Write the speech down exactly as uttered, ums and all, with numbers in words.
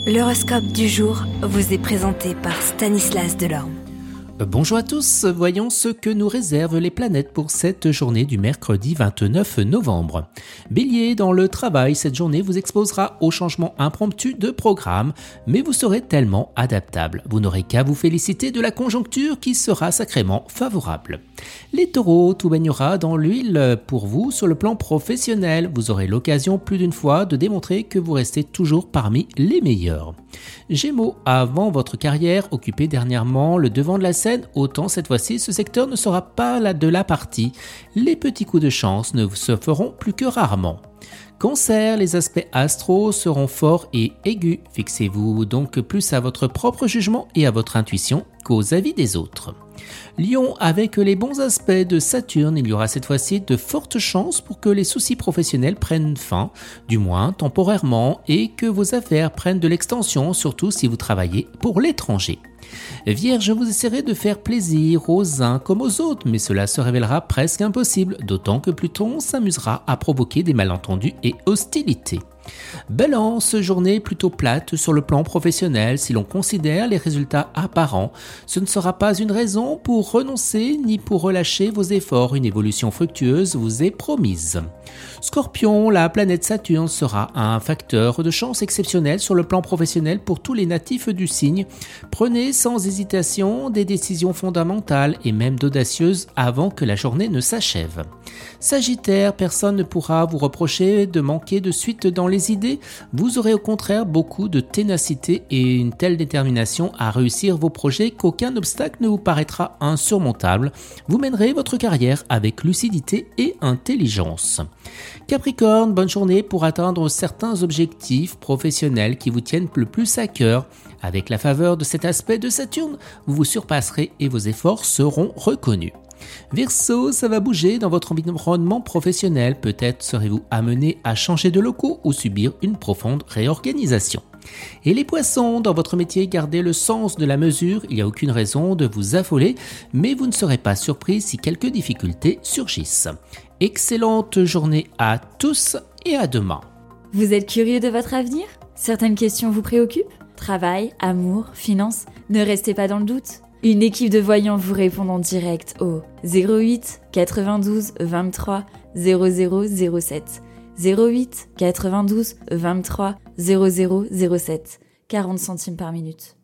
L'horoscope du jour vous est présenté par Stanislas Delorme. Bonjour à tous, voyons ce que nous réservent les planètes pour cette journée du mercredi vingt-neuf novembre. Bélier, dans le travail, cette journée vous exposera aux changements impromptus de programme, mais vous serez tellement adaptable. Vous n'aurez qu'à vous féliciter de la conjoncture qui sera sacrément favorable. Les taureaux, tout baignera dans l'huile pour vous sur le plan professionnel. Vous aurez l'occasion plus d'une fois de démontrer que vous restez toujours parmi les meilleurs. Gémeaux, avant votre carrière, occupez dernièrement le devant de la scène. Autant cette fois-ci, ce secteur ne sera pas la de la partie. Les petits coups de chance ne se feront plus que rarement. Cancer, les aspects astraux seront forts et aigus. Fixez-vous donc plus à votre propre jugement et à votre intuition qu'aux avis des autres. Lion, avec les bons aspects de Saturne, il y aura cette fois-ci de fortes chances pour que les soucis professionnels prennent fin, du moins temporairement, et que vos affaires prennent de l'extension, surtout si vous travaillez pour l'étranger. Vierge, vous essaierez de faire plaisir aux uns comme aux autres, mais cela se révélera presque impossible, d'autant que Pluton s'amusera à provoquer des malentendus et hostilités. Balance, journée plutôt plate sur le plan professionnel. Si l'on considère les résultats apparents, ce ne sera pas une raison pour renoncer ni pour relâcher vos efforts. Une évolution fructueuse vous est promise. Scorpion, la planète Saturne sera un facteur de chance exceptionnel sur le plan professionnel pour tous les natifs du signe. Prenez sans hésitation des décisions fondamentales et même audacieuses avant que la journée ne s'achève. Sagittaire, personne ne pourra vous reprocher de manquer de suite dans les idées. Vous aurez au contraire beaucoup de ténacité et une telle détermination à réussir vos projets qu'aucun obstacle ne vous paraîtra insurmontable. Vous mènerez votre carrière avec lucidité et intelligence. Capricorne, bonne journée pour atteindre certains objectifs professionnels qui vous tiennent le plus à cœur. Avec la faveur de cet aspect de Saturne, vous vous surpasserez et vos efforts seront reconnus. Verseau, ça va bouger dans votre environnement professionnel. Peut-être serez-vous amené à changer de locaux ou subir une profonde réorganisation. Et les poissons, dans votre métier, gardez le sens de la mesure. Il n'y a aucune raison de vous affoler, mais vous ne serez pas surpris si quelques difficultés surgissent. Excellente journée à tous et à demain. Vous êtes curieux de votre avenir ? Certaines questions vous préoccupent ? Travail, amour, finances ? Ne restez pas dans le doute. Une équipe de voyants vous répond en direct au zéro huit quatre-vingt-douze vingt-trois zéro zéro zéro sept zéro huit quatre-vingt-douze vingt-trois zéro zéro zéro sept quarante centimes par minute.